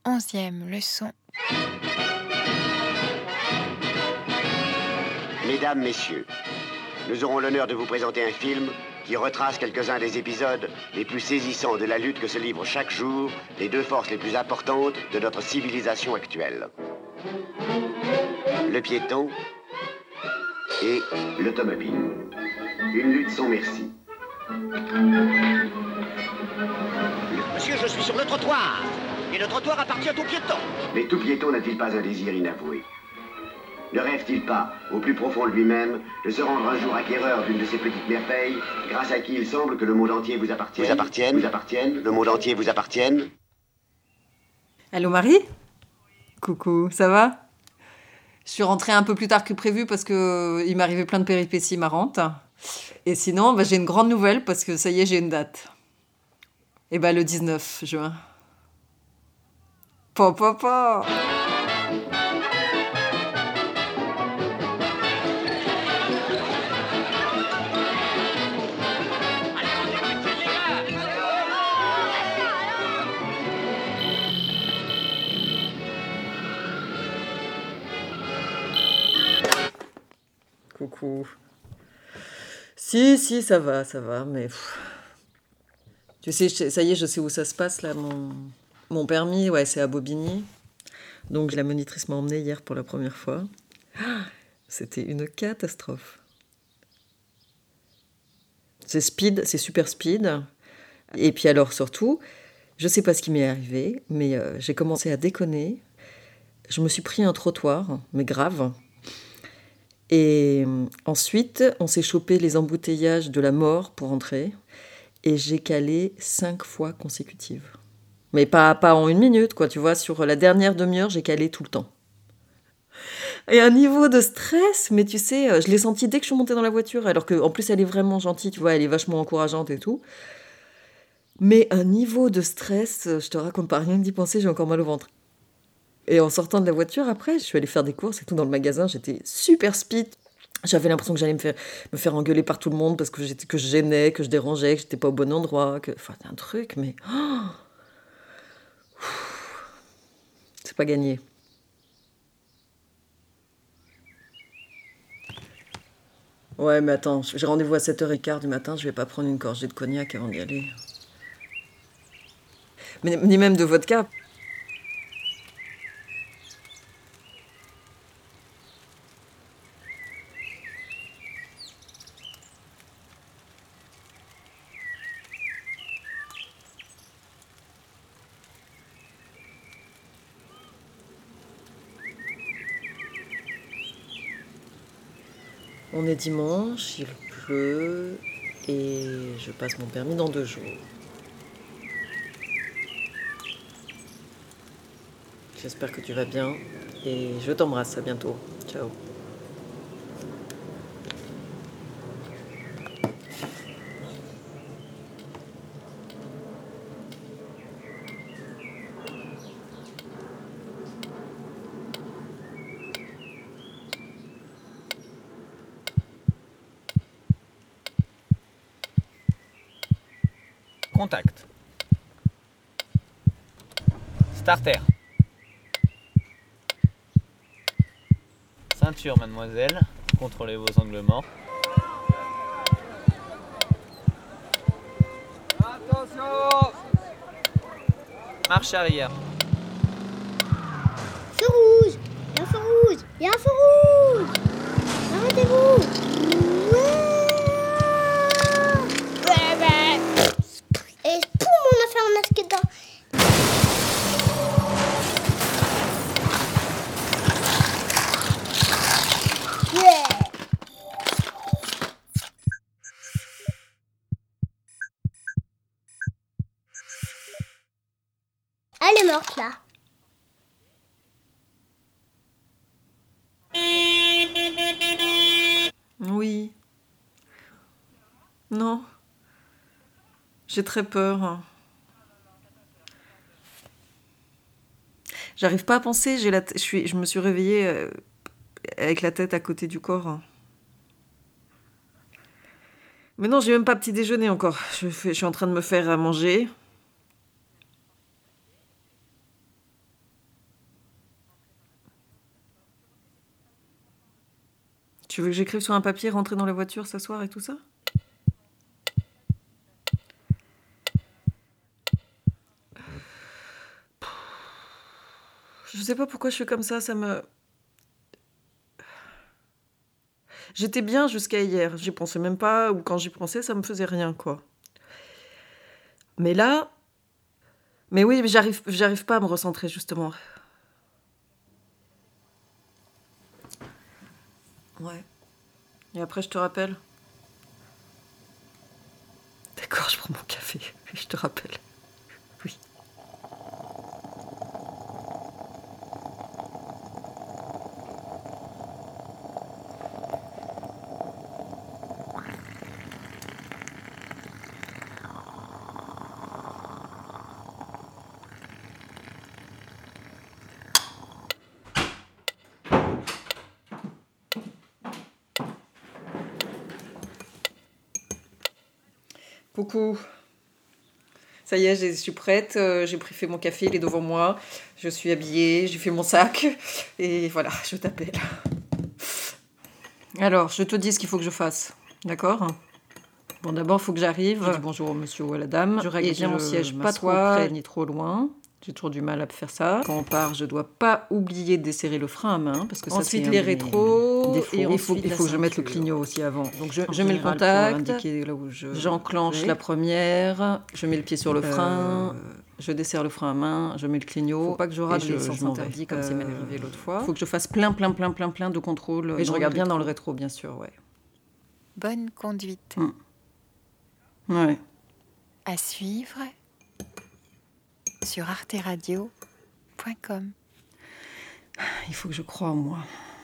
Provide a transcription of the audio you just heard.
11e leçon. Mesdames, Messieurs, nous aurons l'honneur de vous présenter un film qui retrace quelques-uns des épisodes les plus saisissants de la lutte que se livrent chaque jour les deux forces les plus importantes de notre civilisation actuelle. Le piéton et l'automobile. Une lutte sans merci. Monsieur, je suis sur le trottoir. Et le trottoir appartient aux piétons. Mais tout piéton n'a-t-il pas un désir inavoué? Ne rêve-t-il pas, au plus profond de lui-même, de se rendre un jour acquéreur d'une de ces petites merveilles, grâce à qui il semble que le monde entier vous appartienne, le monde entier vous appartienne? Allô Marie ? Coucou, ça va ? Je suis rentrée un peu plus tard que prévu parce qu'il m'arrivait plein de péripéties marrantes. Et sinon, j'ai une grande nouvelle parce que ça y est, j'ai une date. Et le 19 juin. Papa. Coucou. Si, ça va, mais... Tu sais, ça y est, je sais où ça se passe, là, mon permis, ouais, c'est à Bobigny. Donc, la monitrice m'a emmenée hier pour la première fois. C'était une catastrophe. C'est speed, c'est super speed. Et puis alors, surtout, je sais pas ce qui m'est arrivé, mais j'ai commencé à déconner. Je me suis pris un trottoir, mais grave. Et ensuite, on s'est chopé les embouteillages de la mort pour rentrer. Et j'ai calé 5 fois consécutives. Mais pas en 1 minute, quoi. Tu vois, sur la dernière demi-heure, j'ai calé tout le temps. Et un niveau de stress, mais tu sais, je l'ai senti dès que je suis montée dans la voiture. Alors qu'en plus, elle est vraiment gentille, tu vois, elle est vachement encourageante et tout. Mais un niveau de stress, je te raconte pas, rien que d'y penser, j'ai encore mal au ventre. Et en sortant de la voiture, après, je suis allée faire des courses et tout dans le magasin. J'étais super speed. J'avais l'impression que j'allais me faire engueuler par tout le monde parce que je gênais, que je dérangeais, que j'étais pas au bon endroit. Enfin, c'est un truc, mais... c'est pas gagné. Ouais, mais attends, j'ai rendez-vous à 7h15 du matin, je vais pas prendre une gorgée de cognac avant d'y aller. Mais ni même de vodka. On est dimanche, il pleut et je passe mon permis dans 2 jours. J'espère que tu vas bien et je t'embrasse, à bientôt. Ciao. Contact. Starter. Ceinture, mademoiselle. Contrôlez vos angles morts. Attention! Marche arrière. Feu rouge! Il y a un feu rouge! Il y a un feu rouge! Arrêtez-vous! Et poum, on a fait un masque dedans. Elle est morte là. Oui. Non. J'ai très peur. J'arrive pas à penser, je me suis réveillée avec la tête à côté du corps. Mais non, j'ai même pas petit déjeuner encore. Je suis en train de me faire à manger. Tu veux que j'écrive sur un papier, rentrer dans la voiture, s'asseoir et tout ça? Je sais pas pourquoi je suis comme ça me... J'étais bien jusqu'à hier, j'y pensais même pas, ou quand j'y pensais, ça me faisait rien, quoi. Mais là... Mais oui, j'arrive pas à me recentrer, justement. Ouais. Et après, je te rappelle. D'accord, je prends mon café, je te rappelle. Oui. Coucou. Ça y est, je suis prête, j'ai fait mon café, il est devant moi, je suis habillée, j'ai fait mon sac, et voilà, je t'appelle. Alors, je te dis ce qu'il faut que je fasse, d'accord? Bon, d'abord, il faut que j'arrive. Je dis bonjour au monsieur ou à la dame. Je règle bien mon siège, pas trop près ni trop loin. J'ai toujours du mal à faire ça. Quand on part, je dois pas oublier de desserrer le frein à main, parce que ça, ensuite, les rétros, et il faut que je mette le clignot aussi avant. Donc, je mets le contact, là où j'enclenche la première, je mets le pied sur le frein, je desserre le frein à main, je mets le clignot. Faut pas que je rate les sens interdits, comme c'est m'est arrivé l'autre fois. Faut que je fasse plein de contrôles. Et je regarde bien dans le rétro, bien sûr, ouais. Bonne conduite. Ouais. À suivre sur arteradio.com. Il faut que je croie en moi.